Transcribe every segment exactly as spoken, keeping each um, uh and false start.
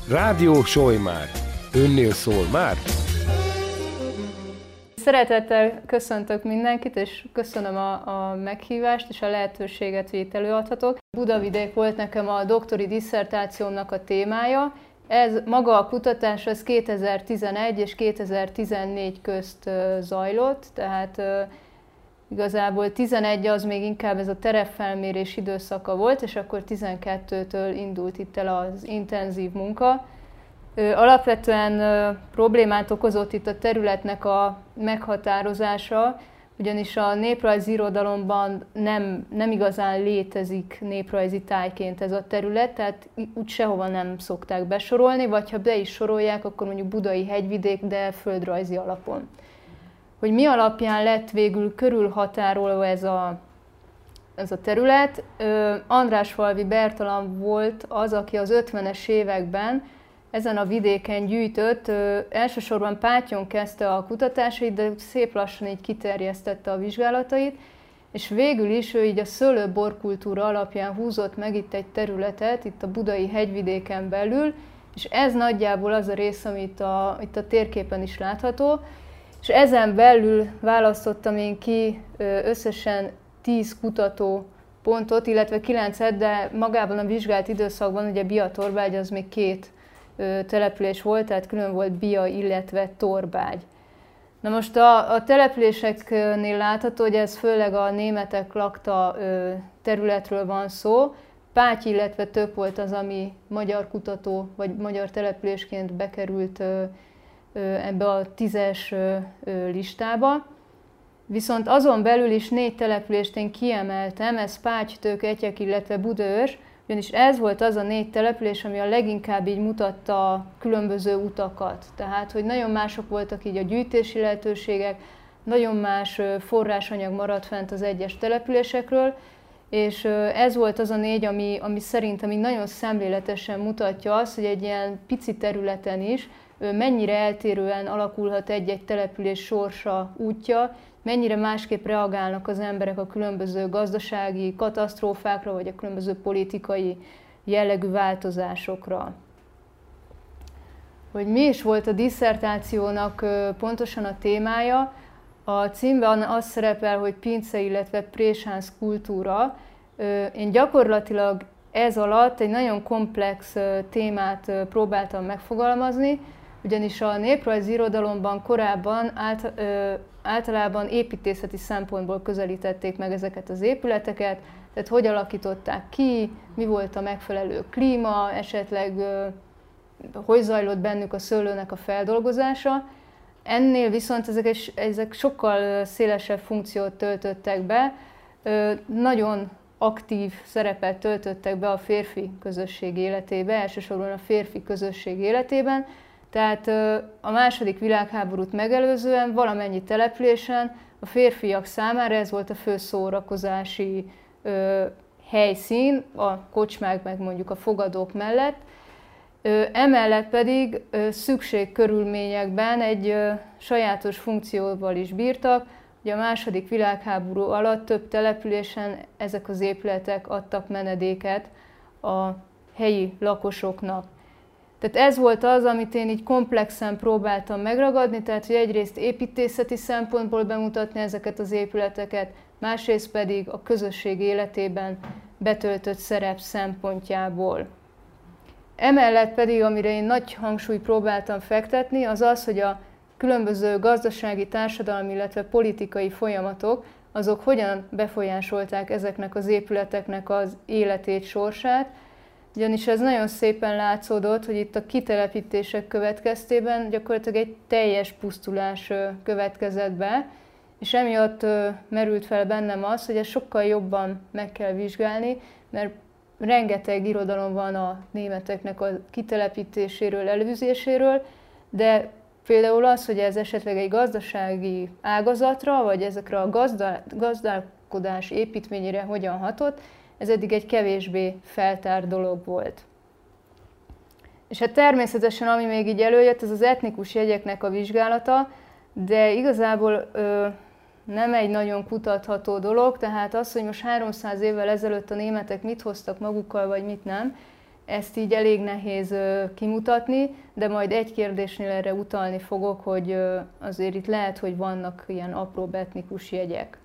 Rádió Sólymár. Önnél szól már? Szeretettel köszöntök mindenkit, és köszönöm a, a meghívást és a lehetőséget, hogy itt előadhatok. Budavidék volt nekem a doktori disszertációmnak a témája. Ez maga a kutatás az kétezer-tizenegy és kétezer-tizennégy közt zajlott, tehát igazából tizenegy az még inkább ez a terepfelmérés időszaka volt, és akkor tizenkettőtől indult itt el az intenzív munka. Alapvetően problémát okozott itt a területnek a meghatározása, ugyanis a néprajzi irodalomban nem, nem igazán létezik néprajzi tájként ez a terület, tehát úgy sehova nem szokták besorolni, vagy ha be is sorolják, akkor mondjuk Budai hegyvidék, de földrajzi alapon. Hogy mi alapján lett végül körülhatárolva ez a, ez a terület, Andrásfalvi Bertalan volt az, aki az ötvenes években ezen a vidéken gyűjtött, elsősorban Pátyon kezdte a kutatásait, de szép lassan így kiterjesztette a vizsgálatait, és végül is ő így a szőlőborkultúra alapján húzott meg itt egy területet, itt a budai hegyvidéken belül, és ez nagyjából az a rész, amit a, itt a térképen is látható, és ezen belül választottam én ki összesen tíz kutatópontot, illetve kilencet, de magában a vizsgált időszakban ugye Bia-Torbágy az még két település volt, tehát külön volt Bia, illetve Torbágy. Na most a, a településeknél látható, hogy ez főleg a németek lakta területről van szó. Páty, illetve Tök volt az, ami magyar kutató, vagy magyar településként bekerült ebbe a tízes listába. Viszont azon belül is négy települést én kiemeltem, ez Páty, Tök, Etyek, illetve Budaörs, ugyanis ez volt az a négy település, ami a leginkább így mutatta a különböző utakat. Tehát, hogy nagyon mások voltak így a gyűjtési lehetőségek, nagyon más forrásanyag maradt fent az egyes településekről, és ez volt az a négy, ami, ami szerintem így nagyon szemléletesen mutatja azt, hogy egy ilyen pici területen is mennyire eltérően alakulhat egy-egy település sorsa, útja, mennyire másképp reagálnak az emberek a különböző gazdasági katasztrófákra, vagy a különböző politikai jellegű változásokra. Hogy mi is volt a disszertációnak pontosan a témája, a címben az szerepel, hogy pince, illetve présánsz kultúra. Én gyakorlatilag ez alatt egy nagyon komplex témát próbáltam megfogalmazni, ugyanis a néprajzi irodalomban korábban ált, ö, általában építészeti szempontból közelítették meg ezeket az épületeket, tehát hogy alakították ki, mi volt a megfelelő klíma, esetleg ö, hogy zajlott bennük a szőlőnek a feldolgozása. Ennél viszont ezek, ezek sokkal szélesebb funkciót töltöttek be, ö, nagyon aktív szerepet töltöttek be a férfi közösség életébe, elsősorban a férfi közösség életében. Tehát a második világháborút megelőzően valamennyi településen a férfiak számára ez volt a fő szórakozási ö, helyszín, a kocsmák meg mondjuk a fogadók mellett. Ö, emellett pedig ö, szükségkörülményekben egy ö, sajátos funkcióval is bírtak. Ugye a második világháború alatt több településen ezek az épületek adtak menedéket a helyi lakosoknak. Tehát ez volt az, amit én így komplexen próbáltam megragadni, tehát hogy egyrészt építészeti szempontból bemutatni ezeket az épületeket, másrészt pedig a közösség életében betöltött szerep szempontjából. Emellett pedig, amire én nagy hangsúlyt próbáltam fektetni, az az, hogy a különböző gazdasági, társadalmi, illetve politikai folyamatok, azok hogyan befolyásolták ezeknek az épületeknek az életét, sorsát, ugyanis ez nagyon szépen látszódott, hogy itt a kitelepítések következtében gyakorlatilag egy teljes pusztulás következett be, és emiatt merült fel bennem az, hogy ezt sokkal jobban meg kell vizsgálni, mert rengeteg irodalom van a németeknek a kitelepítéséről, elűzéséről, de például az, hogy ez esetleg egy gazdasági ágazatra, vagy ezekre a gazda, gazdálkodás építményére hogyan hatott, ez eddig egy kevésbé feltárt dolog volt. És hát természetesen, ami még így előjött, ez az etnikus jegyeknek a vizsgálata, de igazából ö, nem egy nagyon kutatható dolog, tehát az, hogy most háromszáz évvel ezelőtt a németek mit hoztak magukkal, vagy mit nem, ezt így elég nehéz kimutatni, de majd egy kérdésnél erre utalni fogok, hogy azért itt lehet, hogy vannak ilyen apróbb etnikus jegyek.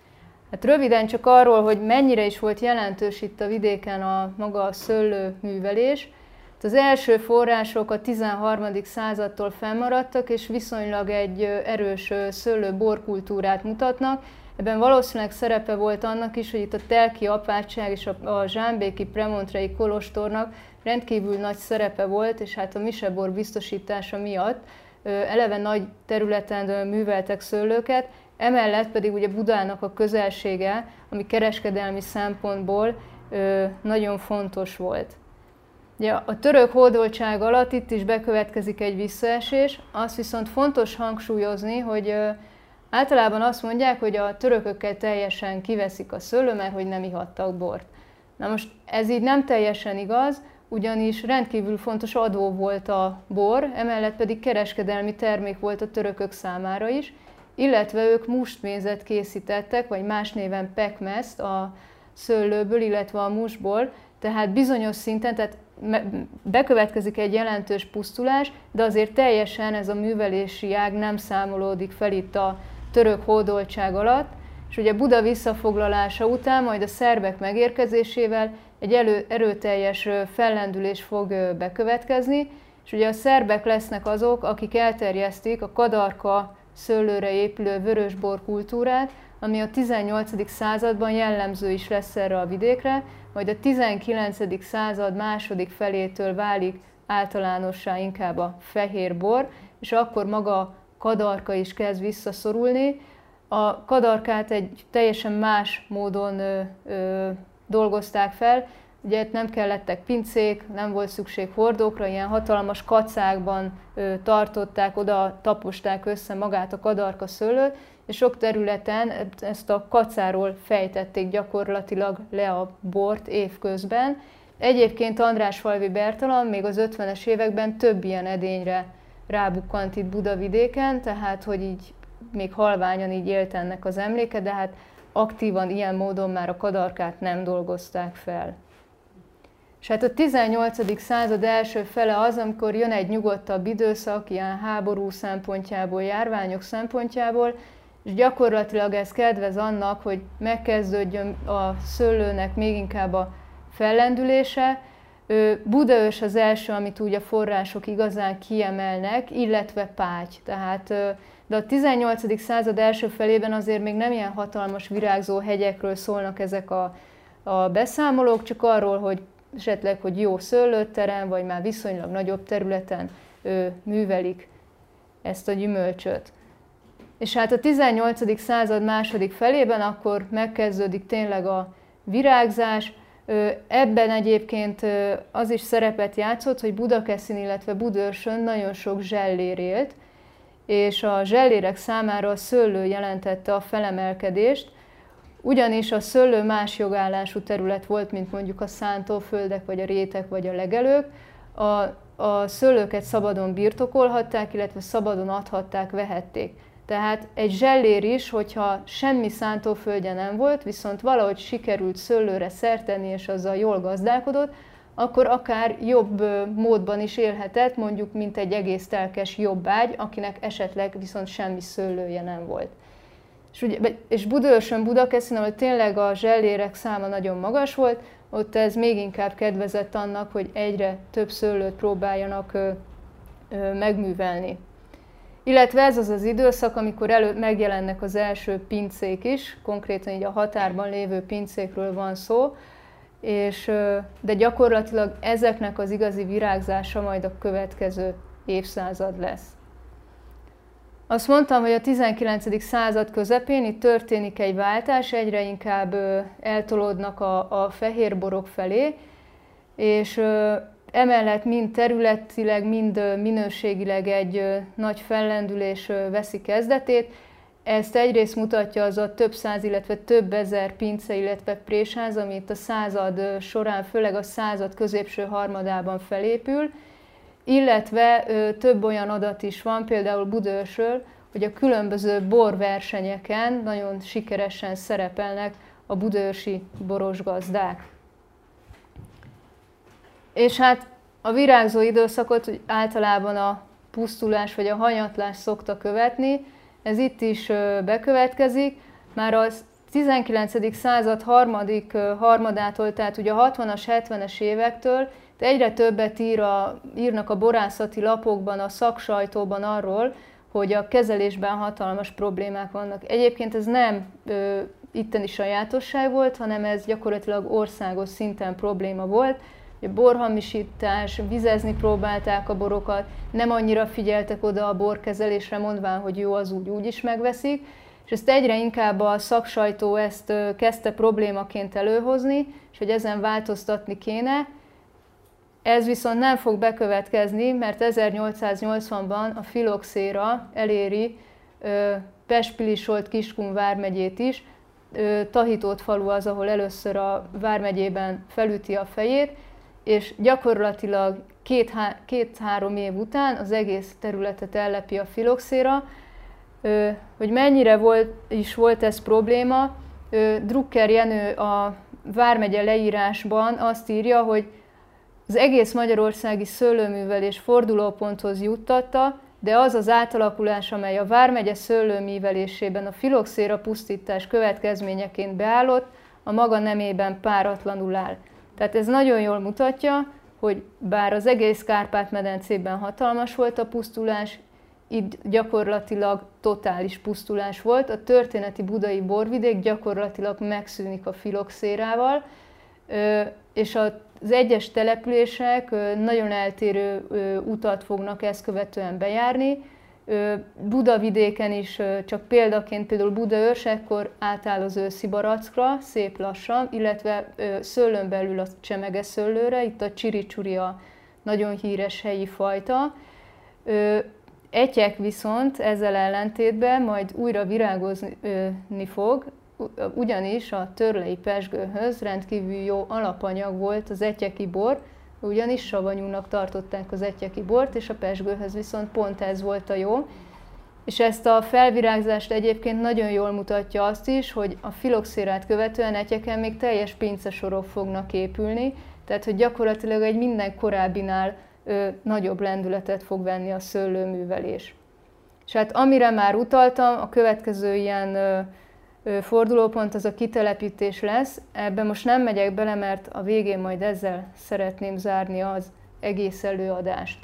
Hát röviden csak arról, hogy mennyire is volt jelentős itt a vidéken a maga a szőlőművelés. Az első források a tizenharmadik századtól fennmaradtak, és viszonylag egy erős szőlő-borkultúrát mutatnak. Ebben valószínűleg szerepe volt annak is, hogy itt a telki apátság és a zsámbéki premontrei kolostornak rendkívül nagy szerepe volt, és hát a misebor biztosítása miatt eleve nagy területen műveltek szőlőket, emellett pedig ugye Budának a közelsége, ami kereskedelmi szempontból nagyon fontos volt. Ugye a török hódoltság alatt itt is bekövetkezik egy visszaesés, azt viszont fontos hangsúlyozni, hogy általában azt mondják, hogy a törökökkel teljesen kiveszik a szőlő, mert hogy nem ihattak bort. Na most ez így nem teljesen igaz, ugyanis rendkívül fontos adó volt a bor, emellett pedig kereskedelmi termék volt a törökök számára is, illetve ők mustmézet készítettek, vagy más néven pekmezt a szőlőből, illetve a mustból, tehát bizonyos szinten, tehát bekövetkezik egy jelentős pusztulás, de azért teljesen ez a művelési ág nem számolódik fel itt a török hódoltság alatt, és ugye Buda visszafoglalása után, majd a szerbek megérkezésével egy elő, erőteljes fellendülés fog bekövetkezni, és ugye a szerbek lesznek azok, akik elterjesztik a kadarka szőlőre épülő vörösbor kultúrát, ami a tizennyolcadik században jellemző is lesz erre a vidékre, majd a tizenkilencedik század második felétől válik általánossá inkább a fehér bor, és akkor maga a kadarka is kezd visszaszorulni. A kadarkát egy teljesen más módon ö, ö, dolgozták fel, ugye itt nem kellettek pincék, nem volt szükség hordókra, ilyen hatalmas kacákban ö, tartották, oda taposták össze magát a kadarka szőlőt, és sok területen ezt a kacáról fejtették gyakorlatilag le a bort évközben. Egyébként Andrásfalvi Bertalan még az ötvenes években több ilyen edényre rábukkant itt Budavidéken, tehát hogy így még halványan így élt ennek az emléke, de hát aktívan ilyen módon már a kadarkát nem dolgozták fel. És hát a tizennyolcadik század első fele az, amikor jön egy nyugodtabb időszak, ilyen háború szempontjából, járványok szempontjából, és gyakorlatilag ez kedvez annak, hogy megkezdődjön a szőlőnek még inkább a fellendülése. Budaörs az első, amit úgy a források igazán kiemelnek, illetve Págy. Tehát, de a tizennyolcadik század első felében azért még nem ilyen hatalmas virágzó hegyekről szólnak ezek a, a beszámolók, csak arról, hogy esetleg, hogy jó szőlőterem, vagy már viszonylag nagyobb területen ő, művelik ezt a gyümölcsöt. És hát a tizennyolcadik század második felében akkor megkezdődik tényleg a virágzás. Ebben egyébként az is szerepet játszott, hogy Budakeszin, illetve Budaörsön nagyon sok zsellér élt, és a zsellérek számára a szőlő jelentette a felemelkedést, ugyanis a szőlő más jogállású terület volt, mint mondjuk a szántóföldek, vagy a rétek, vagy a legelők. A, a szőlőket szabadon birtokolhatták, illetve szabadon adhatták, vehették. Tehát egy zsellér is, hogyha semmi szántóföldje nem volt, viszont valahogy sikerült szőlőre szert tenni, és azzal jól gazdálkodott, akkor akár jobb módban is élhetett, mondjuk mint egy egész telkes jobbágy, akinek esetleg viszont semmi szőlője nem volt. És, ugye, és Budaörsön, Budakeszin, ahol tényleg a zsellérek száma nagyon magas volt, ott ez még inkább kedvezett annak, hogy egyre több szőlőt próbáljanak ö, ö, megművelni. Illetve ez az az időszak, amikor elő megjelennek az első pincék is, konkrétan így a határban lévő pincékről van szó, és, de gyakorlatilag ezeknek az igazi virágzása majd a következő évszázad lesz. Azt mondtam, hogy a tizenkilencedik század közepén itt történik egy váltás, egyre inkább eltolódnak a, a fehérborok felé, és emellett mind területileg, mind minőségileg egy nagy fellendülés veszi kezdetét. Ezt egyrészt mutatja az a több száz, illetve több ezer pince, illetve présház, ami itt a század során, főleg a század középső harmadában felépül, illetve több olyan adat is van, például Budaörsről, hogy a különböző borversenyeken nagyon sikeresen szerepelnek a budaörsi borosgazdák. És hát a virágzó időszakot általában a pusztulás vagy a hanyatlás szokta követni, ez itt is bekövetkezik. Már az tizenkilencedik század harmadik harmadától, tehát ugye a hatvanas, hetvenes évektől egyre többet ír a, írnak a borászati lapokban, a szaksajtóban arról, hogy a kezelésben hatalmas problémák vannak. Egyébként ez nem ö, itteni sajátosság volt, hanem ez gyakorlatilag országos szinten probléma volt. Borhamisítás, vizezni próbálták a borokat, nem annyira figyeltek oda a borkezelésre, mondván, hogy jó, az úgy, úgy is megveszik, és ezt egyre inkább a szaksajtó ezt kezdte problémaként előhozni, és hogy ezen változtatni kéne. Ez viszont nem fog bekövetkezni, mert ezernyolcszáznyolcvanban a filoxéra eléri Pest-Pilis-Solt-Kiskun vármegyét is. Tahitót falu az, ahol először a vármegyében felüti a fejét, és gyakorlatilag két-három év után az egész területet ellepi a filoxéra. Hogy mennyire volt, is volt ez probléma, Drucker Jenő a vármegye leírásban azt írja, hogy az egész magyarországi szőlőművelés fordulóponthoz juttatta, de az az átalakulás, amely a vármegye szőlőművelésében a filoxéra pusztítás következményeként beállott, a maga nemében páratlanul áll. Tehát ez nagyon jól mutatja, hogy bár az egész Kárpát-medencében hatalmas volt a pusztulás, itt gyakorlatilag totális pusztulás volt. A történeti budai borvidék gyakorlatilag megszűnik a filoxérával, és az egyes települések nagyon eltérő utat fognak ezt követően bejárni. Budavidéken is csak példaként, például Budaörs ekkor átáll az őszi barackra, szép lassan, illetve szőlőn belül a csemegeszőlőre, itt a csiricsuri a nagyon híres helyi fajta. Etyek viszont ezzel ellentétben majd újra virágozni fog, ugyanis a törlei pezsgőhöz rendkívül jó alapanyag volt az etyeki bor, ugyanis savanyúnak tartották az etyeki bort, és a pezsgőhöz viszont pont ez volt a jó. És ezt a felvirágzást egyébként nagyon jól mutatja azt is, hogy a filoxérát követően etyeken még teljes pincesorok fognak épülni, tehát hogy gyakorlatilag egy minden korábbinál ö, nagyobb lendületet fog venni a szőlőművelés. És hát amire már utaltam, a következő ilyen ö, ö, fordulópont az a kitelepítés lesz. Ebben most nem megyek bele, mert a végén majd ezzel szeretném zárni az egész előadást.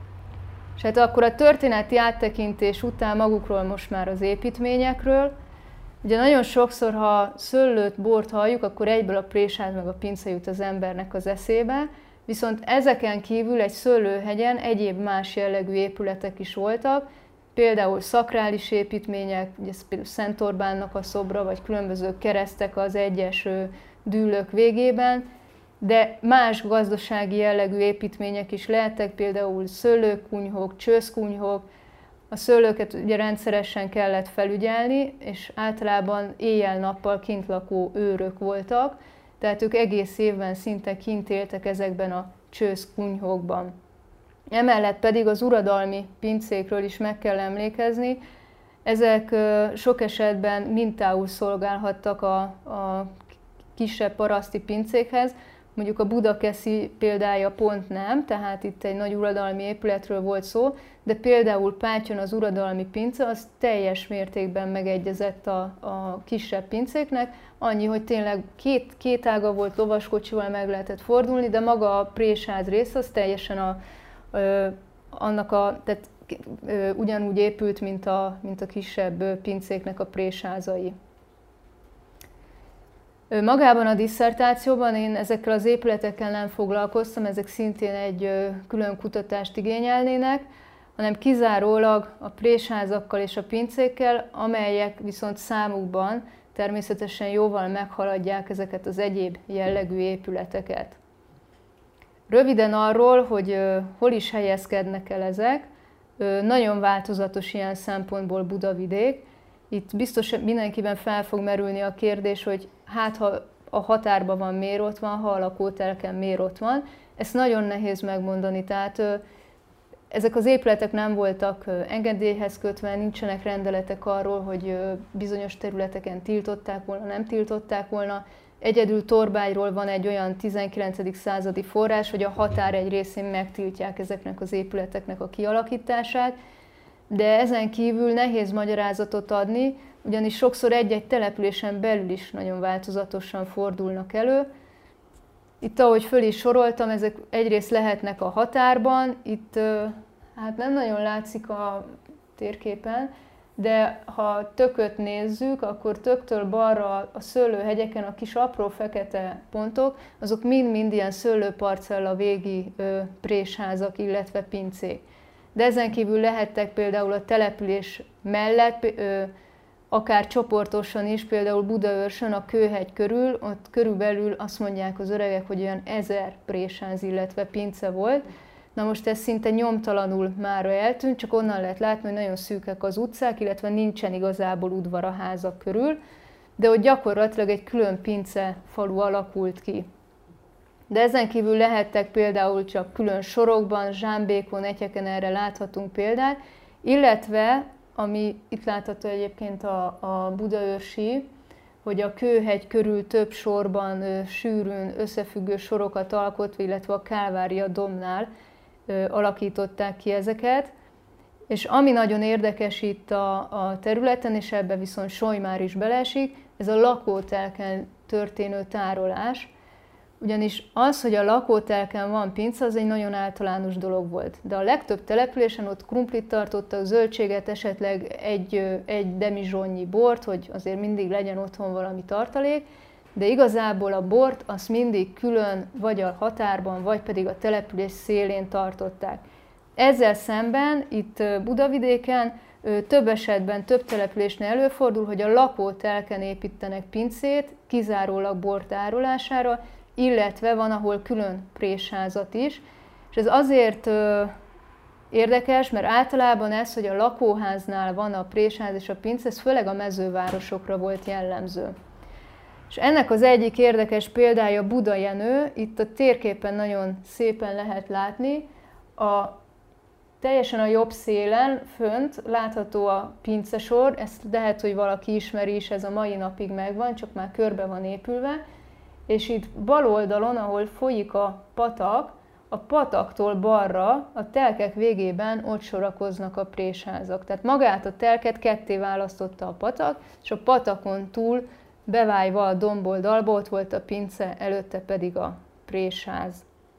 És hát akkor a történeti áttekintés után magukról most már az építményekről. Ugye nagyon sokszor, ha szőlőt, bort halljuk, akkor egyből a présház meg a pince jut az embernek az eszébe, viszont ezeken kívül egy szőlőhegyen egyéb más jellegű épületek is voltak, például szakrális építmények, ugye például Szent Orbánnak a szobra, vagy különböző keresztek az egyes dűlők végében, de más gazdasági jellegű építmények is lehettek, például szőlőkunyhók, csőszkunyhók. A szőlőket ugye rendszeresen kellett felügyelni, és általában éjjel-nappal kint lakó őrök voltak, tehát ők egész évben szinte kint éltek ezekben a csőszkunyhókban. Emellett pedig az uradalmi pincékről is meg kell emlékezni. Ezek sok esetben mintául szolgálhattak a, a kisebb paraszti pincékhez. Mondjuk a Budakeszi példája pont nem, tehát itt egy nagy uradalmi épületről volt szó, de például Pátyon az uradalmi pince az teljes mértékben megegyezett a, a kisebb pincéknek, annyi, hogy tényleg két, két ága volt, lovaskocsival meg lehetett fordulni, de maga a présház rész az teljesen a, ö, annak a, tehát ö, ugyanúgy épült, mint a, mint a kisebb pincéknek a présházai. Magában a disszertációban én ezekkel az épületekkel nem foglalkoztam, ezek szintén egy külön kutatást igényelnének, hanem kizárólag a présházakkal és a pincékkel, amelyek viszont számukban természetesen jóval meghaladják ezeket az egyéb jellegű épületeket. Röviden arról, hogy hol is helyezkednek el ezek, nagyon változatos ilyen szempontból Budavidék. Itt biztos mindenkiben fel fog merülni a kérdés, hogy hát ha a határban van, miért ott van, ha a lakótelken miért ott van. Ezt nagyon nehéz megmondani, tehát ezek az épületek nem voltak engedélyhez kötve, nincsenek rendeletek arról, hogy bizonyos területeken tiltották volna, nem tiltották volna. Egyedül Torbágyról van egy olyan tizenkilencedik századi forrás, hogy a határ egy részén megtiltják ezeknek az épületeknek a kialakítását, de ezen kívül nehéz magyarázatot adni, ugyanis sokszor egy-egy településen belül is nagyon változatosan fordulnak elő. Itt, ahogy föl is soroltam, ezek egyrészt lehetnek a határban, itt hát nem nagyon látszik a térképen, de ha tököt nézzük, akkor töktől balra a szőlőhegyeken a kis apró fekete pontok, azok mind-mind ilyen szőlőparcella végi ö, présházak, illetve pincék. De ezen kívül lehettek például a település mellett, ö, akár csoportosan is, például Budaörsön, a Kőhegy körül, ott körülbelül azt mondják az öregek, hogy olyan ezer présház, illetve pince volt. Na most ez szinte nyomtalanul mára eltűnt, csak onnan lehet látni, hogy nagyon szűkek az utcák, illetve nincsen igazából udvar a házak körül, de ott gyakorlatilag egy külön pince falu alakult ki. De ezen kívül lehettek például csak külön sorokban, zsámbékon, etyeken, erre láthatunk példát, illetve, ami itt látható egyébként a, a budaörsi, hogy a Kőhegy körül több sorban ö, sűrűn összefüggő sorokat alkotva, illetve a Kálvária dombnál ö, alakították ki ezeket. És ami nagyon érdekes itt a, a területen, és ebbe viszont Solymár is beleesik, ez a lakótelken történő tárolás. Ugyanis az, hogy a lakótelken van pince, az egy nagyon általános dolog volt. De a legtöbb településen ott krumplit tartottak, zöldséget, esetleg egy, egy demizsonnyi bort, hogy azért mindig legyen otthon valami tartalék, de igazából a bort azt mindig külön, vagy a határban, vagy pedig a település szélén tartották. Ezzel szemben itt Budavidéken több esetben, több településnél előfordul, hogy a lakótelken építenek pincét, kizárólag bor tárolására, illetve van, ahol külön présházat is. És ez azért ö, érdekes, mert általában ez, hogy a lakóháznál van a présház és a pince, ez főleg a mezővárosokra volt jellemző. És ennek az egyik érdekes példája Budajenő, itt a térképen nagyon szépen lehet látni, a, teljesen a jobb szélen fönt látható a pincesor, ezt lehet, hogy valaki ismeri is, ez a mai napig megvan, csak már körbe van épülve, és itt bal oldalon, ahol folyik a patak, a pataktól balra, a telkek végében ott sorakoznak a présházak. Tehát magát a telket ketté választotta a patak, és a patakon túl bevájva a domboldalba ott volt a pince, előtte pedig a présház.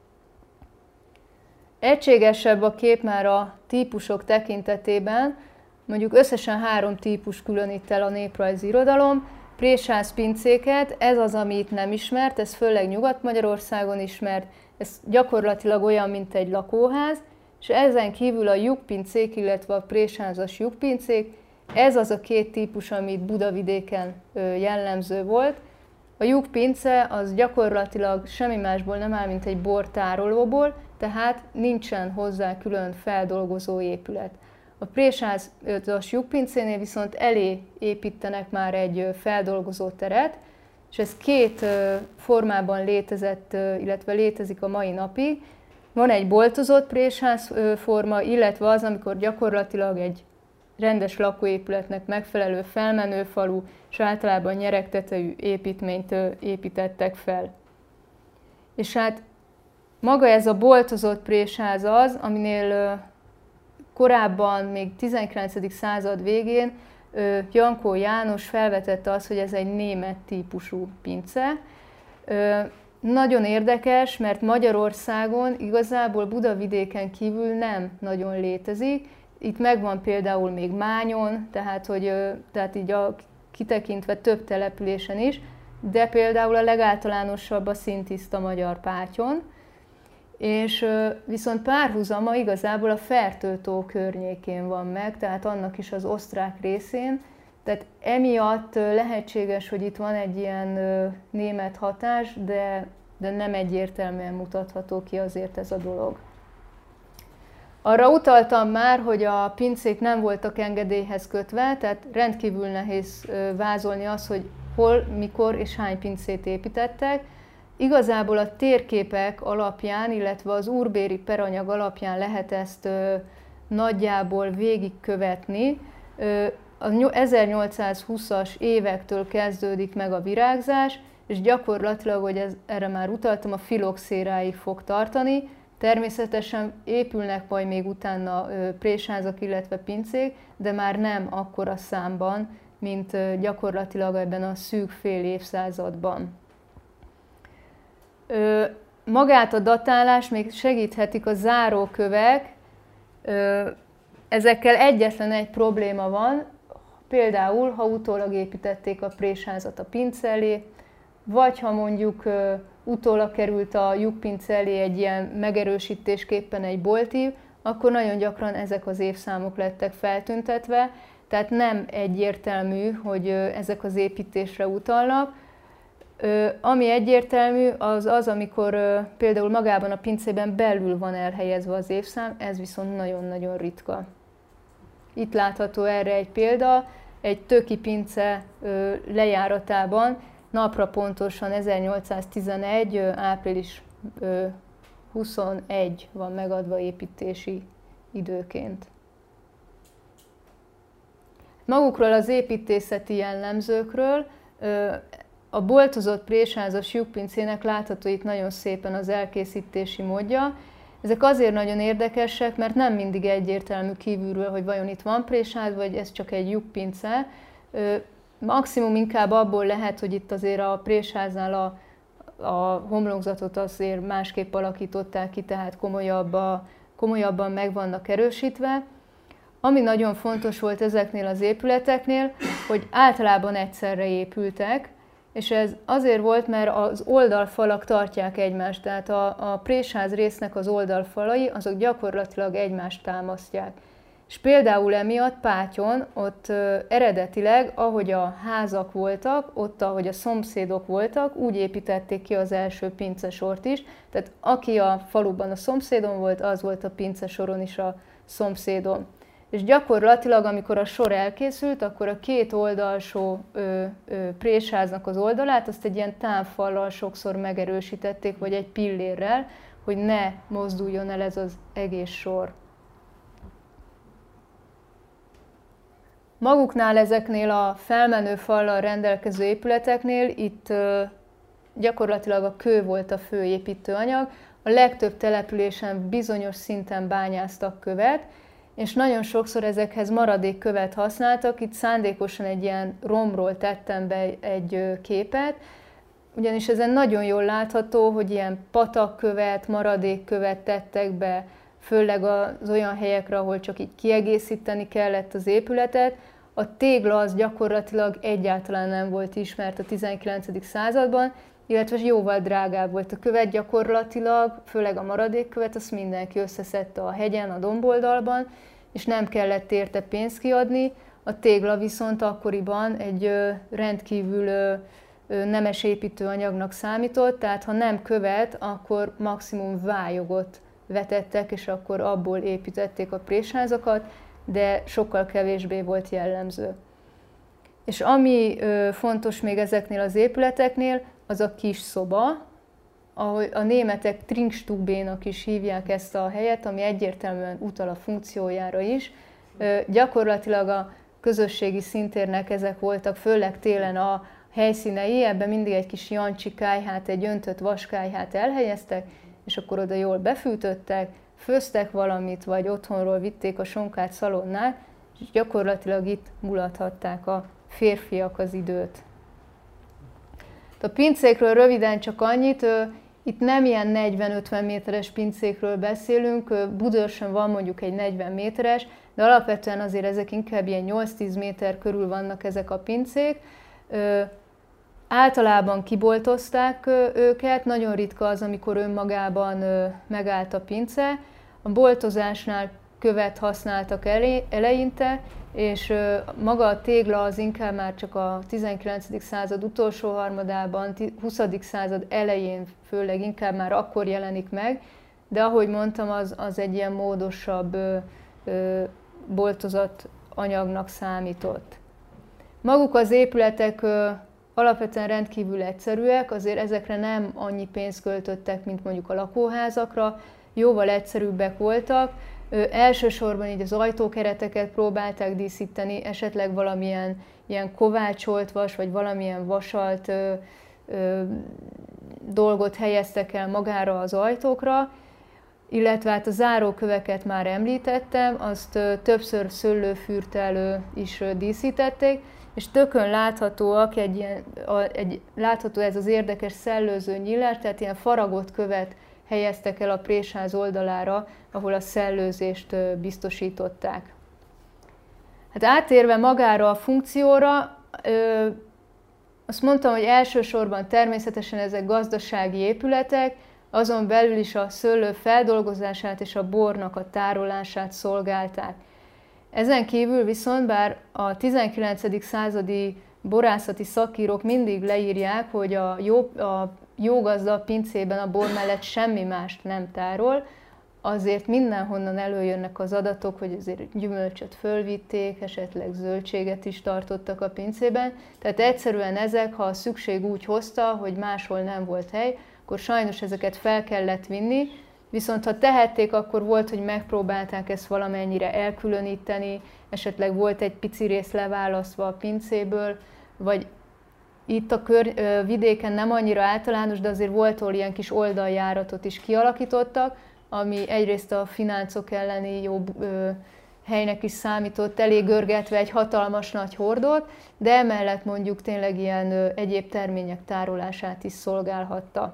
Egységesebb a kép már a típusok tekintetében, mondjuk összesen három típus különít el a néprajzi irodalom, présház pincéket, ez az, ami itt nem ismert, ez főleg Nyugat-Magyarországon ismert, ez gyakorlatilag olyan, mint egy lakóház, és ezen kívül a lyukpincék, illetve a présházas lyukpincék, ez az a két típus, ami itt Budavidéken jellemző volt. A lyukpince az gyakorlatilag semmi másból nem áll, mint egy bortárolóból, tehát nincsen hozzá külön feldolgozó épület. A présházas lyukpincénél viszont elé építenek már egy feldolgozó teret, és ez két formában létezett, illetve létezik a mai napig. Van egy boltozott présház forma, illetve az, amikor gyakorlatilag egy rendes lakóépületnek megfelelő felmenő falu, és általában nyeregtetejű építményt építettek fel. És hát maga ez a boltozott présház az, aminél korábban, még tizenkilencedik század végén Jankó János felvetette azt, hogy ez egy német típusú pince. Nagyon érdekes, mert Magyarországon igazából Budavidéken kívül nem nagyon létezik. Itt megvan például még Mányon, tehát, hogy, tehát így a, kitekintve több településen is, de például a legáltalánosabb a szintiszta Magyarpátyon. És viszont párhuzama igazából a Fertő-tó környékén van meg, tehát annak is az osztrák részén. Tehát emiatt lehetséges, hogy itt van egy ilyen német hatás, de, de nem egyértelműen mutatható ki azért ez a dolog. Arra utaltam már, hogy a pincék nem voltak engedélyhez kötve, tehát rendkívül nehéz vázolni azt, hogy hol, mikor és hány pincét építettek. Igazából a térképek alapján, illetve az úrbéri peranyag alapján lehet ezt ö, nagyjából végigkövetni. Ö, a ezernyolcszázhúszas évektől kezdődik meg a virágzás, és gyakorlatilag, hogy ez, erre már utaltam, a filoxéráig fog tartani. Természetesen épülnek majd még utána présházak, illetve pincék, de már nem akkora számban, mint gyakorlatilag ebben a szűk fél évszázadban. Magát a datálást még segíthetik a zárókövek. Ezekkel egyetlen egy probléma van, például ha utólag építették a présházat a pince elé, vagy ha mondjuk utólag került a lyukpince elé egy ilyen megerősítésképpen egy boltív, akkor nagyon gyakran ezek az évszámok lettek feltüntetve, tehát nem egyértelmű, hogy ezek az építésre utalnak. Ami egyértelmű, az az, amikor például magában a pincében belül van elhelyezve az évszám, ez viszont nagyon-nagyon ritka. Itt látható erre egy példa, egy töki pince lejáratában napra pontosan ezernyolcszáztizenegy. április huszonegy van megadva építési időként. Magukról az építészeti jellemzőkről, a boltozott présházas lyukpincének látható itt nagyon szépen az elkészítési módja. Ezek azért nagyon érdekesek, mert nem mindig egyértelmű kívülről, hogy vajon itt van présház, vagy ez csak egy lyukpince. Maximum inkább abból lehet, hogy itt azért a présháznál a, a homlokzatot azért másképp alakították ki, tehát komolyabb a, komolyabban meg vannak erősítve. Ami nagyon fontos volt ezeknél az épületeknél, hogy általában egyszerre épültek, és ez azért volt, mert az oldalfalak tartják egymást, tehát a, a présház résznek az oldalfalai, azok gyakorlatilag egymást támasztják. És például emiatt Pátyon ott ö, eredetileg, ahogy a házak voltak, ott, ahogy a szomszédok voltak, úgy építették ki az első pincesort is, tehát aki a faluban a szomszédon volt, az volt a pincesoron is a szomszédon. És gyakorlatilag, amikor a sor elkészült, akkor a két oldalsó ö, ö, présháznak az oldalát, azt egy ilyen támfallal sokszor megerősítették, vagy egy pillérrel, hogy ne mozduljon el ez az egész sor. Maguknál ezeknél a felmenő fallal rendelkező épületeknél itt ö, gyakorlatilag a kő volt a fő építőanyag. A legtöbb településen bizonyos szinten bányáztak követ, és nagyon sokszor ezekhez maradék követ használtak. Itt szándékosan egy ilyen romról tettem be egy képet, ugyanis ezen nagyon jól látható, hogy ilyen patakkövet, maradékkövet tettek be, főleg az olyan helyekre, ahol csak így kiegészíteni kellett az épületet. A tégla az gyakorlatilag egyáltalán nem volt ismert a tizenkilencedik században, illetve jóval drágább volt a követ gyakorlatilag, főleg a maradékkövet, azt mindenki összeszedte a hegyen, a domboldalban, és nem kellett érte pénzt kiadni. A tégla viszont akkoriban egy rendkívül nemes építőanyagnak számított, tehát ha nem követ, akkor maximum vályogot vetettek, és akkor abból építették a présházakat, de sokkal kevésbé volt jellemző. És ami fontos még ezeknél az épületeknél, az a kis szoba, ahogy a németek Trinkstubénak is hívják ezt a helyet, ami egyértelműen utal a funkciójára is. Gyakorlatilag a közösségi szintérnek ezek voltak, főleg télen a helyszínei, ebben mindig egy kis jancsi kályhát, egy öntött vaskályhát elhelyeztek, és akkor oda jól befűtöttek, főztek valamit, vagy otthonról vitték a sonkát szalonnát, és gyakorlatilag itt mulathatták a férfiak az időt. A pincékről röviden csak annyit, itt nem ilyen negyven-ötven méteres pincékről beszélünk, Budaörsön van mondjuk egy negyven méteres, de alapvetően azért ezek inkább ilyen nyolc-tíz méter körül vannak ezek a pincék. Általában kiboltozták őket, nagyon ritka az, amikor önmagában megállt a pince. A boltozásnál követ használtak eleinte, és maga a tégla az inkább már csak a tizenkilencedik század utolsó harmadában, huszadik század elején főleg inkább már akkor jelenik meg, de ahogy mondtam, az, az egy ilyen módosabb ö, ö, boltozott anyagnak számított. Maguk az épületek ö, alapvetően rendkívül egyszerűek, azért ezekre nem annyi pénzt költöttek, mint mondjuk a lakóházakra, jóval egyszerűbbek voltak. Ö, elsősorban így az ajtókereteket próbálták díszíteni, esetleg valamilyen ilyen kovácsolt vas, vagy valamilyen vasalt ö, ö, dolgot helyeztek el magára az ajtókra, illetve hát a záróköveket már említettem, azt ö, többször szőlőfürttel is ö, díszítették, és tökön láthatóak egy ilyen, a, egy, látható ez az érdekes szellőző nyílás, tehát ilyen faragott követ helyeztek el a présház oldalára, ahol a szellőzést ö, biztosították. Hát átérve magára a funkcióra, ö, azt mondtam, hogy elsősorban természetesen ezek gazdasági épületek, azon belül is a szőlő feldolgozását és a bornak a tárolását szolgálták. Ezen kívül viszont, bár a tizenkilencedik századi borászati szakírók mindig leírják, hogy a jó, a jó gazda a pincében a bor mellett semmi mást nem tárol, azért mindenhonnan előjönnek az adatok, hogy azért gyümölcsöt fölvitték, esetleg zöldséget is tartottak a pincében. Tehát egyszerűen ezek, ha a szükség úgy hozta, hogy máshol nem volt hely, akkor sajnos ezeket fel kellett vinni, viszont ha tehették, akkor volt, hogy megpróbálták ezt valamennyire elkülöníteni, esetleg volt egy pici rész leválasztva a pincéből, vagy itt a kör, vidéken nem annyira általános, de azért volt, ahol ilyen kis oldaljáratot is kialakítottak, ami egyrészt a fináncok elleni jó ö, helynek is számított, elég görgetve egy hatalmas nagy hordót, de emellett mondjuk tényleg ilyen ö, egyéb termények tárolását is szolgálhatta.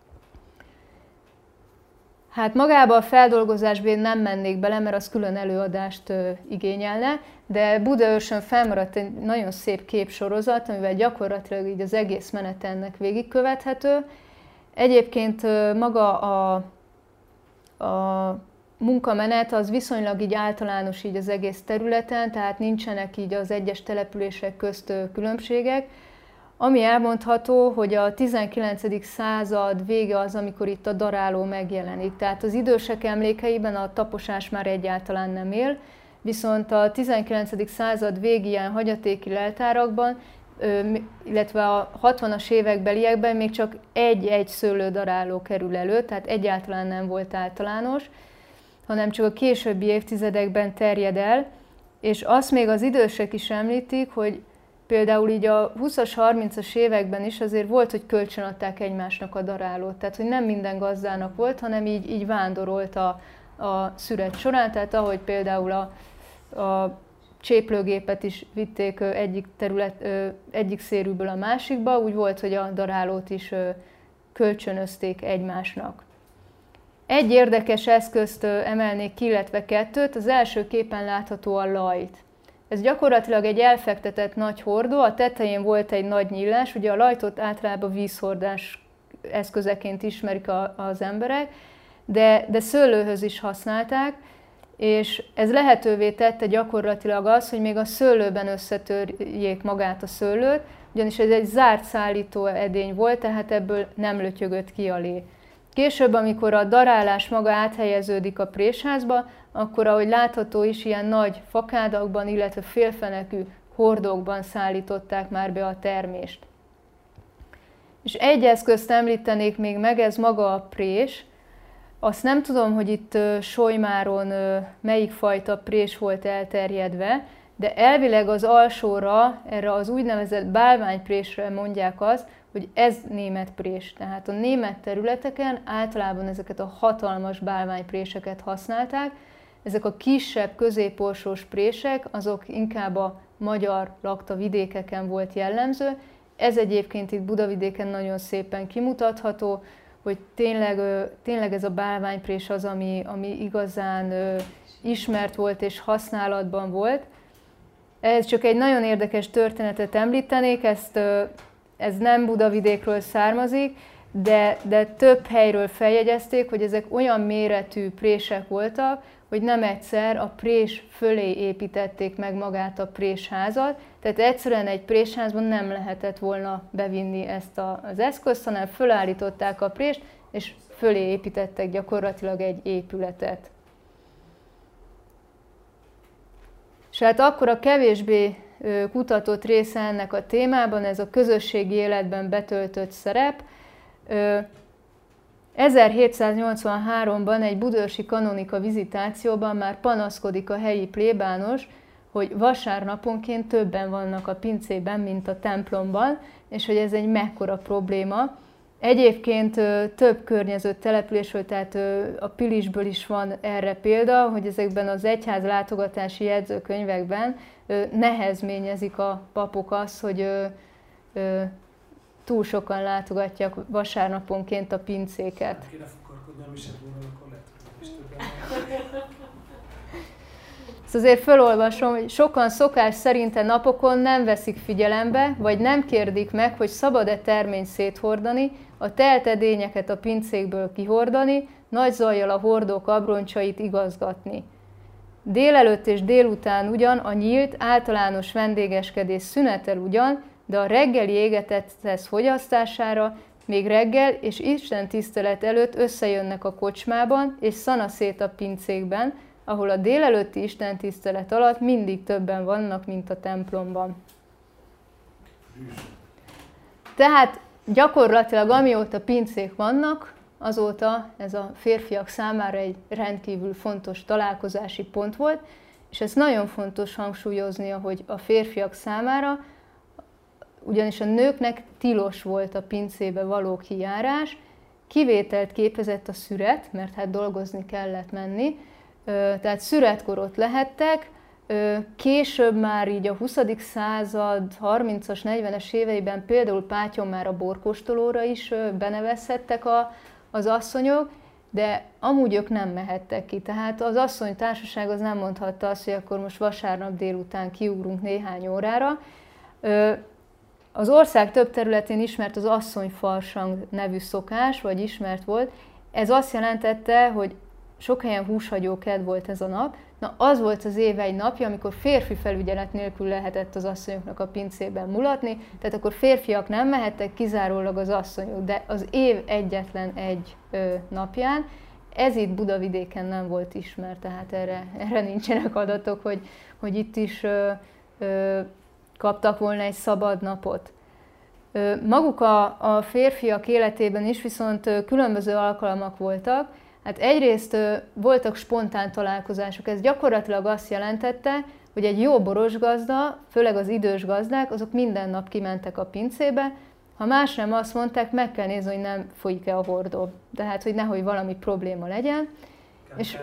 Hát magába a feldolgozásba én nem mennék bele, mert az külön előadást ö, igényelne, de Budaörsön felmaradt egy nagyon szép képsorozat, amivel gyakorlatilag így az egész menet ennek végigkövethető. Egyébként ö, maga a A munkamenet az viszonylag így általános így az egész területen, tehát nincsenek így az egyes települések közt különbségek. Ami elmondható, hogy a tizenkilencedik század vége az, amikor itt a daráló megjelenik. Tehát az idősek emlékeiben a taposás már egyáltalán nem él, viszont a tizenkilencedik század végi ilyen hagyatéki leltárakban, illetve a hatvanas évekbeliekben még csak egy-egy szőlődaráló kerül elő, tehát egyáltalán nem volt általános, hanem csak a későbbi évtizedekben terjed el, és azt még az idősek is említik, hogy például így a húszas, harmincas években is azért volt, hogy kölcsönadták egymásnak a darálót, tehát hogy nem minden gazdának volt, hanem így, így vándorolt a, a szüret során, tehát ahogy például a, a cséplőgépet is vitték egyik, terület, egyik szérűből a másikba, úgy volt, hogy a darálót is kölcsönözték egymásnak. Egy érdekes eszközt emelnék ki, illetve kettőt, az első képen látható a lajt. Ez gyakorlatilag egy elfektetett nagy hordó, a tetején volt egy nagy nyílás, ugye a lajtot általában vízhordás eszközeként ismerik a, az emberek, de, de szőlőhöz is használták, és ez lehetővé tette gyakorlatilag az, hogy még a szőlőben összetörjék magát a szőlőt, ugyanis ez egy zárt szállító edény volt, tehát ebből nem lötyögött ki alé. Később, amikor a darálás maga áthelyeződik a présházba, akkor ahogy látható is, ilyen nagy fakádakban, illetve félfenekű hordókban szállították már be a termést. És egy eszközt említenék még meg, ez maga a prés. Azt nem tudom, hogy itt Solymáron melyik fajta prés volt elterjedve, de elvileg az alsóra, erre az úgynevezett bálványprésre mondják azt, hogy ez német prés. Tehát a német területeken általában ezeket a hatalmas bálványpréseket használták. Ezek a kisebb, középorsós prések, azok inkább a magyar lakta vidékeken volt jellemző. Ez egyébként itt Budavidéken nagyon szépen kimutatható, hogy tényleg, tényleg ez a bálványprés az, ami, ami igazán ismert volt és használatban volt. Ez csak egy nagyon érdekes történetet említenék, ezt, ez nem Budavidékről származik, de, de több helyről feljegyezték, hogy ezek olyan méretű prések voltak, hogy nem egyszer a prés fölé építették meg magát a présházat, tehát egyszerűen egy présházban nem lehetett volna bevinni ezt a, az eszközt, hanem fölállították a prést, és fölé építettek gyakorlatilag egy épületet. És hát akkor a kevésbé kutatott része ennek a témában, ez a közösségi életben betöltött szerep. ezerhétszáznyolcvanháromban egy budaörsi kanonika vizitációban már panaszkodik a helyi plébános, hogy vasárnaponként többen vannak a pincében, mint a templomban, és hogy ez egy mekkora probléma. Egyébként több környező településről, tehát a Pilisből is van erre példa, hogy ezekben az egyház látogatási jegyzőkönyvekben nehezményezik a papok azt, hogy túl sokan látogatják vasárnaponként a pincéket. Kéne fukarkodni a miseborral, akkor lehet, hogy is többen. Azért felolvasom, hogy sokan szokás szerint a napokon nem veszik figyelembe, vagy nem kérdik meg, hogy szabad-e terményt széthordani, a telt edényeket a pincékből kihordani, nagy zajjal a hordók abroncsait igazgatni. Délelőtt és délután ugyan a nyílt, általános vendégeskedés szünetel ugyan, de a reggeli égetettesz fogyasztására még reggel és Isten tisztelet előtt összejönnek a kocsmában és szanaszét a pincékben, ahol a délelőtti istentisztelet alatt mindig többen vannak, mint a templomban. Tehát gyakorlatilag amióta pincék vannak, azóta ez a férfiak számára egy rendkívül fontos találkozási pont volt, és ez nagyon fontos hangsúlyoznia, hogy a férfiak számára, ugyanis a nőknek tilos volt a pincébe való kijárás, kivételt képezett a szüret, mert hát dolgozni kellett menni, tehát szüretkor ott lehettek, később már így a huszadik század harmincas, negyvenes éveiben például Pátyon már a borkóstolóra is benevezhettek a, az asszonyok, de amúgy ők nem mehettek ki. Tehát az asszony társaság az nem mondhatta azt, hogy akkor most vasárnap délután kiugrunk néhány órára. Az ország több területén ismert az asszonyfarsang nevű szokás, vagy ismert volt. Ez azt jelentette, hogy sok helyen húshagyóked volt ez a nap. Na, az volt az év egy napja, amikor férfi felügyelet nélkül lehetett az asszonyoknak a pincében mulatni, tehát akkor férfiak nem mehettek, kizárólag az asszonyok, de az év egyetlen egy ö, napján. Ez itt Budavidéken nem volt ismert, tehát erre, erre nincsenek adatok, hogy, hogy itt is ö, ö, kaptak volna egy szabad napot. Ö, maguk a, a férfiak életében is viszont ö, különböző alkalmak voltak. Hát egyrészt voltak spontán találkozások, ez gyakorlatilag azt jelentette, hogy egy jó boros gazda, főleg az idős gazdák, azok minden nap kimentek a pincébe, ha más nem azt mondták, meg kell nézni, hogy nem folyik-e a hordó, tehát hogy nehogy valami probléma legyen. És,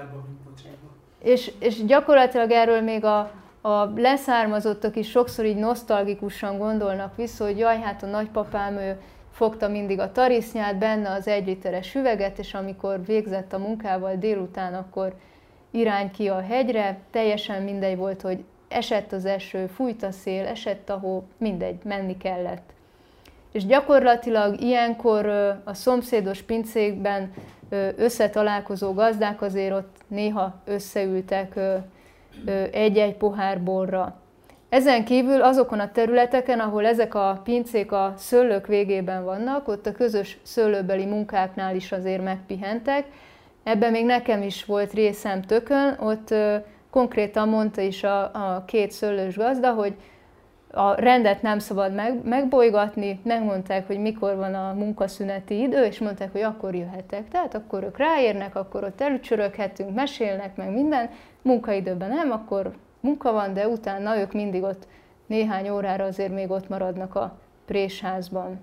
és, és gyakorlatilag erről még a, a leszármazottak is sokszor így nosztalgikusan gondolnak vissza, hogy jaj, hát a nagypapám ő fogta mindig a tarisznyát, benne az egy literes üveget, és amikor végzett a munkával délután, akkor irány ki a hegyre, teljesen mindegy volt, hogy esett az eső, fújt a szél, esett a hó, mindegy, menni kellett. És gyakorlatilag ilyenkor a szomszédos pincékben összetalálkozó gazdák azért ott néha összeültek egy-egy pohár borra. Ezen kívül azokon a területeken, ahol ezek a pincék a szőlők végében vannak, ott a közös szőlőbeli munkáknál is azért megpihentek. Ebben még nekem is volt részem Tökön, ott konkrétan mondta is a, a két szőlős gazda, hogy a rendet nem szabad meg, megbolygatni, megmondták, hogy mikor van a munkaszüneti idő, és mondták, hogy akkor jöhetek. Tehát akkor ők ráérnek, akkor ott elücsöröghetünk, mesélnek meg minden, munkaidőben nem, akkor munka van, de utána ők mindig ott néhány órára azért még ott maradnak a présházban.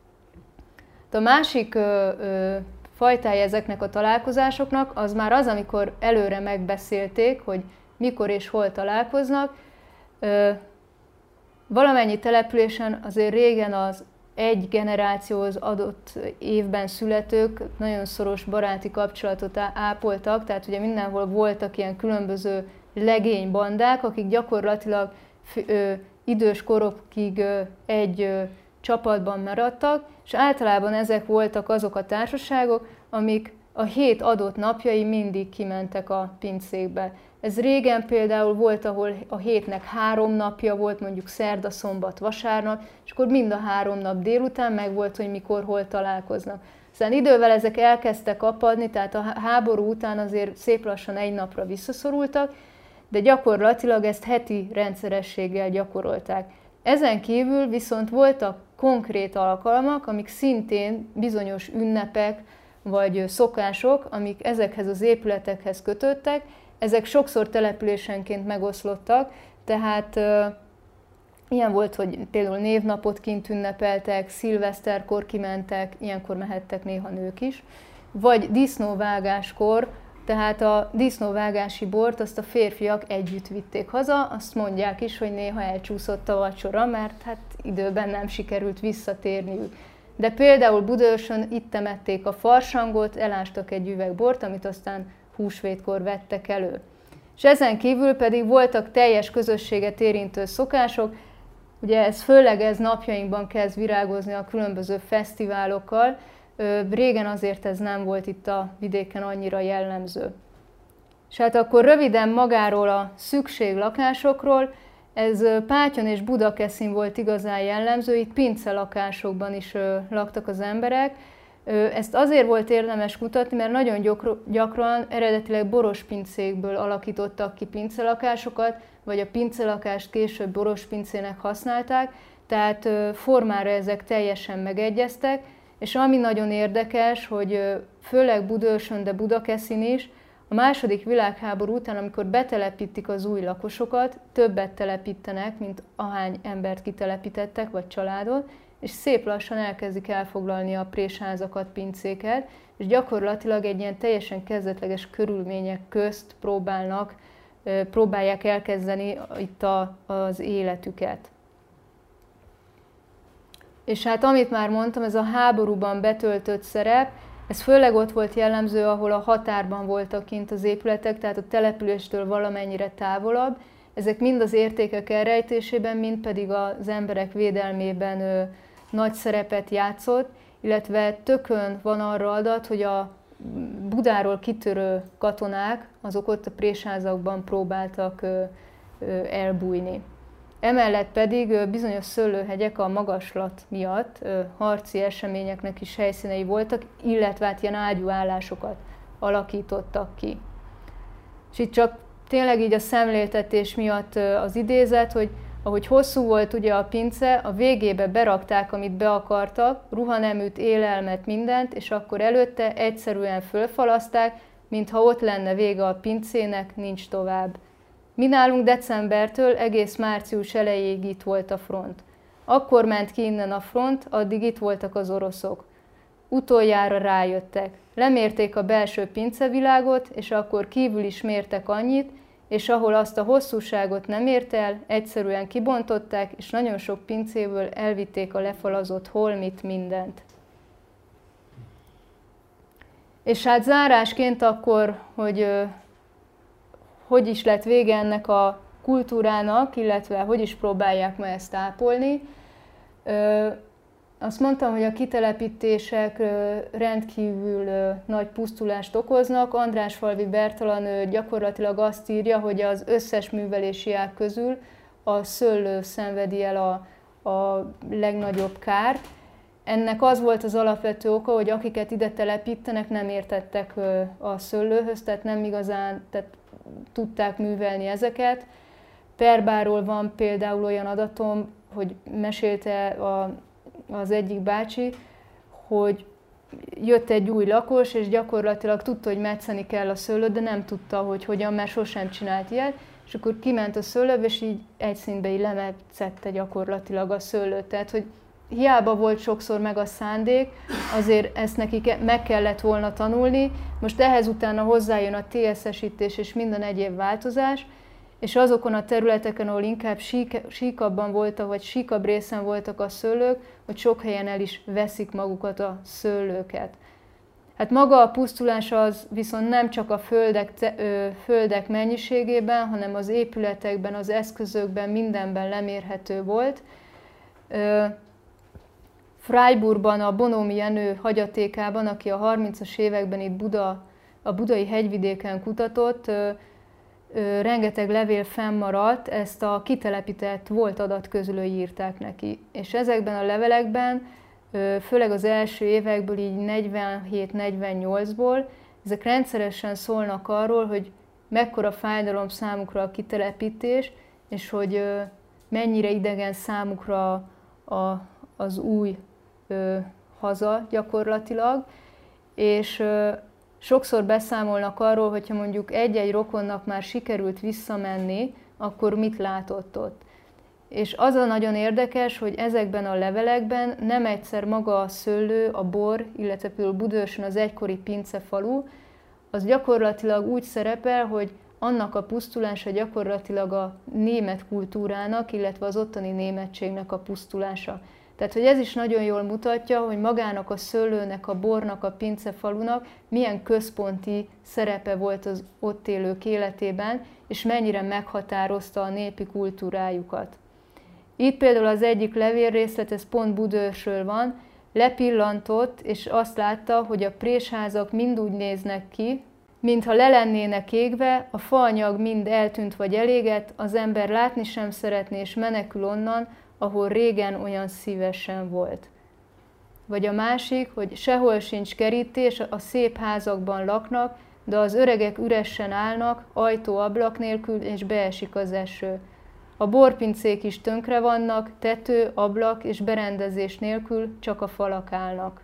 A másik ö, ö, fajtája ezeknek a találkozásoknak az már az, amikor előre megbeszélték, hogy mikor és hol találkoznak. Ö, valamennyi településen azért régen az egy generációhoz adott évben születők nagyon szoros baráti kapcsolatot ápoltak, tehát ugye mindenhol voltak ilyen különböző legénybandák, akik gyakorlatilag ö, idős korokig ö, egy ö, csapatban maradtak, és általában ezek voltak azok a társaságok, amik a hét adott napjai mindig kimentek a pincékbe. Ez régen például volt, ahol a hétnek három napja volt, mondjuk szerda, szombat, vasárnap, és akkor mind a három nap délután meg volt, hogy mikor, hol találkoznak. Aztán idővel ezek elkezdtek apadni, tehát a háború után azért szép lassan egy napra visszaszorultak, de gyakorlatilag ezt heti rendszerességgel gyakorolták. Ezen kívül viszont voltak konkrét alkalmak, amik szintén bizonyos ünnepek vagy szokások, amik ezekhez az épületekhez kötöttek, ezek sokszor településenként megoszlottak, tehát Ilyen volt, hogy például névnapot kint ünnepeltek, szilveszterkor kimentek, ilyenkor mehettek néha nők is. Vagy disznóvágáskor, tehát a disznóvágási bort azt a férfiak együtt vitték haza, azt mondják is, hogy néha elcsúszott a vacsora, mert hát időben nem sikerült visszatérniük. De például Budaörsön itt temették a farsangot, elástak egy üveg bort, amit aztán húsvétkor vettek elő. És ezen kívül pedig voltak teljes közösséget érintő szokások, ugye ez főleg ez napjainkban kezd virágozni a különböző fesztiválokkal, régen azért ez nem volt itt a vidéken annyira jellemző. És hát akkor röviden magáról a szükséglakásokról, ez Pátyon és Budakeszin volt igazán jellemző, itt pincelakásokban is laktak az emberek. Ezt azért volt érdemes kutatni, mert nagyon gyakran eredetileg borospincékből alakítottak ki pincelakásokat, vagy a pincelakást később borospincének használták, tehát formára ezek teljesen megegyeztek, és ami nagyon érdekes, hogy főleg Budaörsön, de Budakeszin is, a második világháború után, amikor betelepítik az új lakosokat, többet telepítenek, mint ahány embert kitelepítettek, vagy családot, és szép lassan elkezdik elfoglalni a présházakat, pincéket, és gyakorlatilag egy ilyen teljesen kezdetleges körülmények közt próbálnak, próbálják elkezdeni itt a, az életüket. És hát amit már mondtam, ez a háborúban betöltött szerep, ez főleg ott volt jellemző, ahol a határban voltak kint az épületek, tehát a településtől valamennyire távolabb. Ezek mind az értékek elrejtésében, mind pedig az emberek védelmében ö, nagy szerepet játszott, illetve tökön van arra adat, hogy a Budáról kitörő katonák, azok ott a présházakban próbáltak ö, ö, elbújni. Emellett pedig bizonyos szőlőhegyek a magaslat miatt harci eseményeknek is helyszínei voltak, illetve hát ilyen ágyúállásokat alakítottak ki. És itt csak tényleg így a szemléltetés miatt az idézet, hogy ahogy hosszú volt ugye a pince, a végébe berakták, amit be akartak, ruhaneműt, élelmet, mindent, és akkor előtte egyszerűen fölfalaszták, mintha ott lenne vége a pincének, nincs tovább. Mi nálunk decembertől egész március elejéig itt volt a front. Akkor ment ki innen a front, addig itt voltak az oroszok. Utoljára rájöttek. Lemérték a belső pincevilágot, és akkor kívül is mértek annyit, és ahol azt a hosszúságot nem ért el, egyszerűen kibontották, és nagyon sok pincéből elvitték a lefalazott holmit, mindent. És hát zárásként akkor, hogy hogy is lett vége ennek a kultúrának, illetve hogy is próbálják ma ezt ápolni. Azt mondtam, hogy a kitelepítések rendkívül nagy pusztulást okoznak. Andrásfalvi Bertalan gyakorlatilag azt írja, hogy az összes művelési ág közül a szőlő szenvedi el a, a legnagyobb kárt. Ennek az volt az alapvető oka, hogy akiket ide telepítenek, nem értettek a szőlőhöz, tehát nem igazán tehát tudták művelni ezeket. Perbáról van például olyan adatom, hogy mesélte a, az egyik bácsi, hogy jött egy új lakos, és gyakorlatilag tudta, hogy metszeni kell a szőlőt, de nem tudta, hogy hogyan, mert sosem csinált ilyet. És akkor kiment a szőlőbe, és így egy színbe így lemetszette gyakorlatilag a szőlőt. Tehát, hogy hiába volt sokszor meg a szándék, azért ezt nekik meg kellett volna tanulni. Most ehhez utána hozzájön a té es es-ítés és minden egyéb változás, és azokon a területeken, ahol inkább sík, síkabban voltak, vagy síkabb részen voltak a szőlők, hogy sok helyen el is veszik magukat a szőlőket. Hát maga a pusztulás az viszont nem csak a földek, ö, földek mennyiségében, hanem az épületekben, az eszközökben, mindenben lemérhető volt. Ö, Freiburgban, a Bonomi Jenő hagyatékában, aki a harmincas években itt Buda, a budai hegyvidéken kutatott, ö, ö, rengeteg levél fennmaradt, ezt a kitelepített volt adatközlői írták neki. És ezekben a levelekben, ö, főleg az első évekből, így negyvenhét negyvennyolcból, ezek rendszeresen szólnak arról, hogy mekkora fájdalom számukra a kitelepítés, és hogy ö, mennyire idegen számukra a, az új ö, haza gyakorlatilag, és ö, sokszor beszámolnak arról, hogyha mondjuk egy-egy rokonnak már sikerült visszamenni, akkor mit látott ott. És az a nagyon érdekes, hogy ezekben a levelekben nem egyszer maga a szőlő, a bor, illetve például Budaörsön az egykori pincefalu, az gyakorlatilag úgy szerepel, hogy annak a pusztulása gyakorlatilag a német kultúrának, illetve az ottani németségnek a pusztulása. Tehát, hogy ez is nagyon jól mutatja, hogy magának a szőlőnek, a bornak, a pincefalunak milyen központi szerepe volt az ott élők életében, és mennyire meghatározta a népi kultúrájukat. Itt például az egyik levélrészlet, ez pont Budaörsről van, lepillantott, és azt látta, hogy a présházak mind úgy néznek ki, mintha le lennének égve, a faanyag mind eltűnt vagy elégett, az ember látni sem szeretné, és menekül onnan, ahol régen olyan szívesen volt. Vagy a másik, hogy sehol sincs kerítés, a szép házakban laknak, de az öregek üresen állnak, ajtó, ablak nélkül, és beesik az eső. A borpincék is tönkre vannak, tető, ablak és berendezés nélkül csak a falak állnak.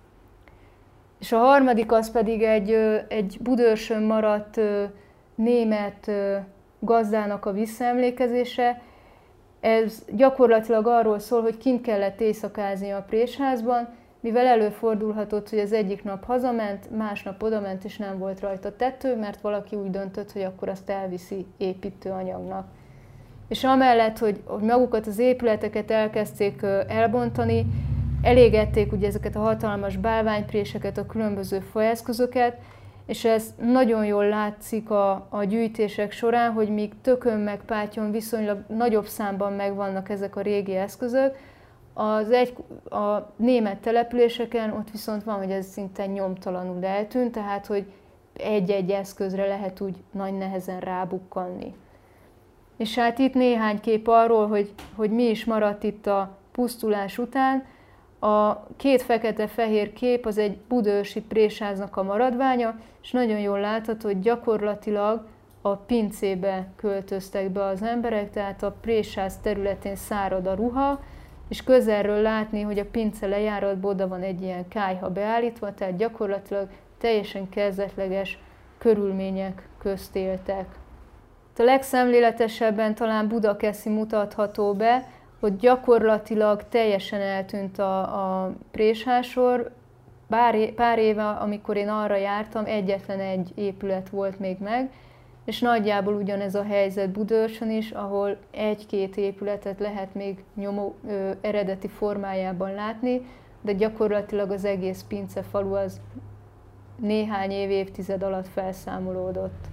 És a harmadik az pedig egy, egy Budaörsön maradt német gazdának a visszaemlékezése. Ez gyakorlatilag arról szól, hogy kint kellett éjszakázni a présházban, mivel előfordulhatott, hogy az egyik nap hazament, másnap odament, és nem volt rajta tető, mert valaki úgy döntött, hogy akkor azt elviszi építőanyagnak. És amellett, hogy, hogy magukat az épületeket elkezdték elbontani, elégették ugye ezeket a hatalmas bálványpréseket, a különböző faeszközöket, és ez nagyon jól látszik a, a gyűjtések során, hogy míg Tökön meg Pátyon viszonylag nagyobb számban megvannak ezek a régi eszközök, az egy, a német településeken ott viszont van, hogy ez szinte nyomtalanul eltűnt, tehát hogy egy-egy eszközre lehet úgy nagy nehezen rábukkanni. És hát itt néhány kép arról, hogy, hogy mi is maradt itt a pusztulás után. A két fekete-fehér kép az egy budaörsi présháznak a maradványa, és nagyon jól látható, hogy gyakorlatilag a pincébe költöztek be az emberek, tehát a présház területén szárad a ruha, és közelről látni, hogy a pince lejáratban oda van egy ilyen kályha beállítva, tehát gyakorlatilag teljesen kezdetleges körülmények közt éltek. A legszemléletesebben talán Budakeszi mutatható be, hogy gyakorlatilag teljesen eltűnt a, a présházsor. Pár, pár éve, amikor én arra jártam, egyetlen egy épület volt még meg, és nagyjából ugyanez a helyzet Budaörsön is, ahol egy-két épületet lehet még nyomó, ö, eredeti formájában látni, de gyakorlatilag az egész pincefalu az néhány év, évtized alatt felszámolódott.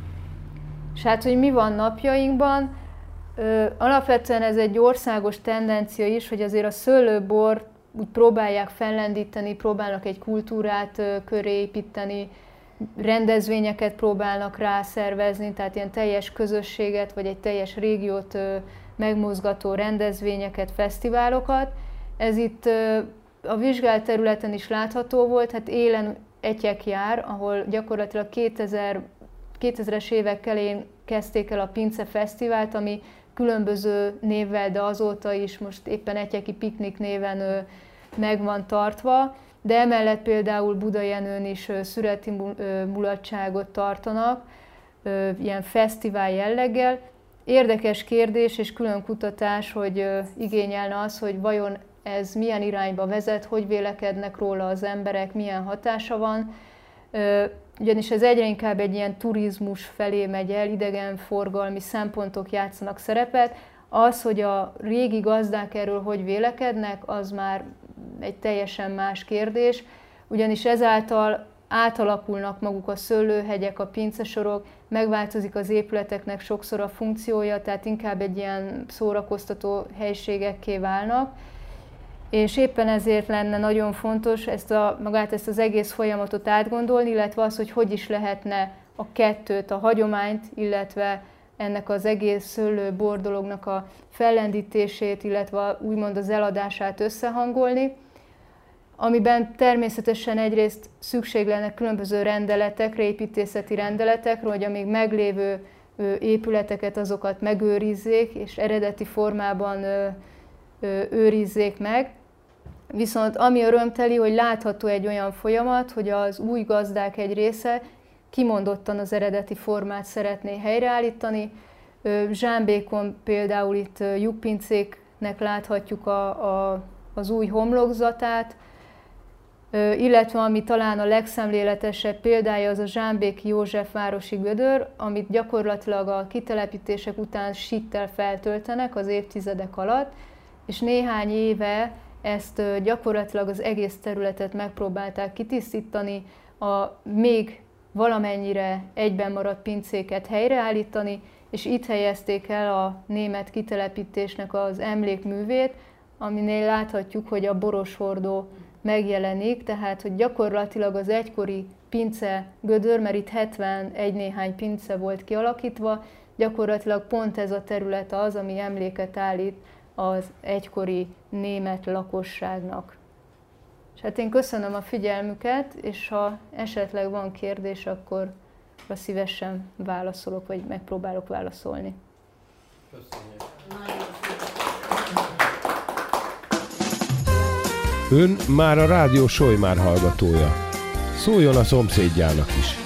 És hát, hogy mi van napjainkban, ö, alapvetően ez egy országos tendencia is, hogy azért a szőlőbort úgy próbálják fellendíteni, próbálnak egy kultúrát ö, köré építeni, rendezvényeket próbálnak rászervezni, tehát ilyen teljes közösséget, vagy egy teljes régiót ö, megmozgató rendezvényeket, fesztiválokat. Ez itt ö, a vizsgált területen is látható volt, hát élen Etyek jár, ahol gyakorlatilag kétezres évek elején kezdték el a Pince Fesztivált, ami különböző névvel, de azóta is most éppen Etyeki Piknik néven ö, meg van tartva. De emellett például Budajenőn is szüreti mulatságot tartanak, ilyen fesztivál jelleggel. Érdekes kérdés és külön kutatás, hogy igényelne az, hogy vajon ez milyen irányba vezet, hogy vélekednek róla az emberek, milyen hatása van. Ugyanis ez egyre inkább egy ilyen turizmus felé megy el, idegenforgalmi szempontok játszanak szerepet. Az, hogy a régi gazdák erről hogy vélekednek, az már egy teljesen más kérdés, ugyanis ezáltal átalakulnak maguk a szőlőhegyek, a pincesorok, megváltozik az épületeknek sokszor a funkciója, tehát inkább egy ilyen szórakoztató helységekké válnak, és éppen ezért lenne nagyon fontos ezt a, magát ezt az egész folyamatot átgondolni, illetve az, hogy hogy is lehetne a kettőt, a hagyományt, illetve ennek az egész szőlő-bor dolognak a fellendítését, illetve úgymond az eladását összehangolni, amiben természetesen egyrészt szükség lenne különböző rendeletekre, építészeti rendeletekre, hogy a még meglévő épületeket azokat megőrizzék, és eredeti formában őrizzék meg. Viszont ami örömteli, hogy látható egy olyan folyamat, hogy az új gazdák egy része kimondottan az eredeti formát szeretné helyreállítani, Zsámbékon például itt lyukpincéknek láthatjuk a, a, az új homlokzatát, illetve ami talán a legszemléletesebb példája, az a Zsámbéki Józsefvárosi gödör, amit gyakorlatilag a kitelepítések után sittel feltöltenek az évtizedek alatt, és néhány éve ezt gyakorlatilag az egész területet megpróbálták kitisztítani, a még valamennyire egyben maradt pincéket helyreállítani, és itt helyezték el a német kitelepítésnek az emlékművét, aminél láthatjuk, hogy a boroshordó megjelenik, tehát hogy gyakorlatilag az egykori pince gödör, mert itt hetvenegy néhány pince volt kialakítva, gyakorlatilag pont ez a terület az, ami emléket állít az egykori német lakosságnak. És hát én köszönöm a figyelmüket, és ha esetleg van kérdés, akkor szívesen válaszolok, vagy megpróbálok válaszolni. Köszönjük. Ön már a Rádió Solymár hallgatója. Szóljon a szomszédjának is!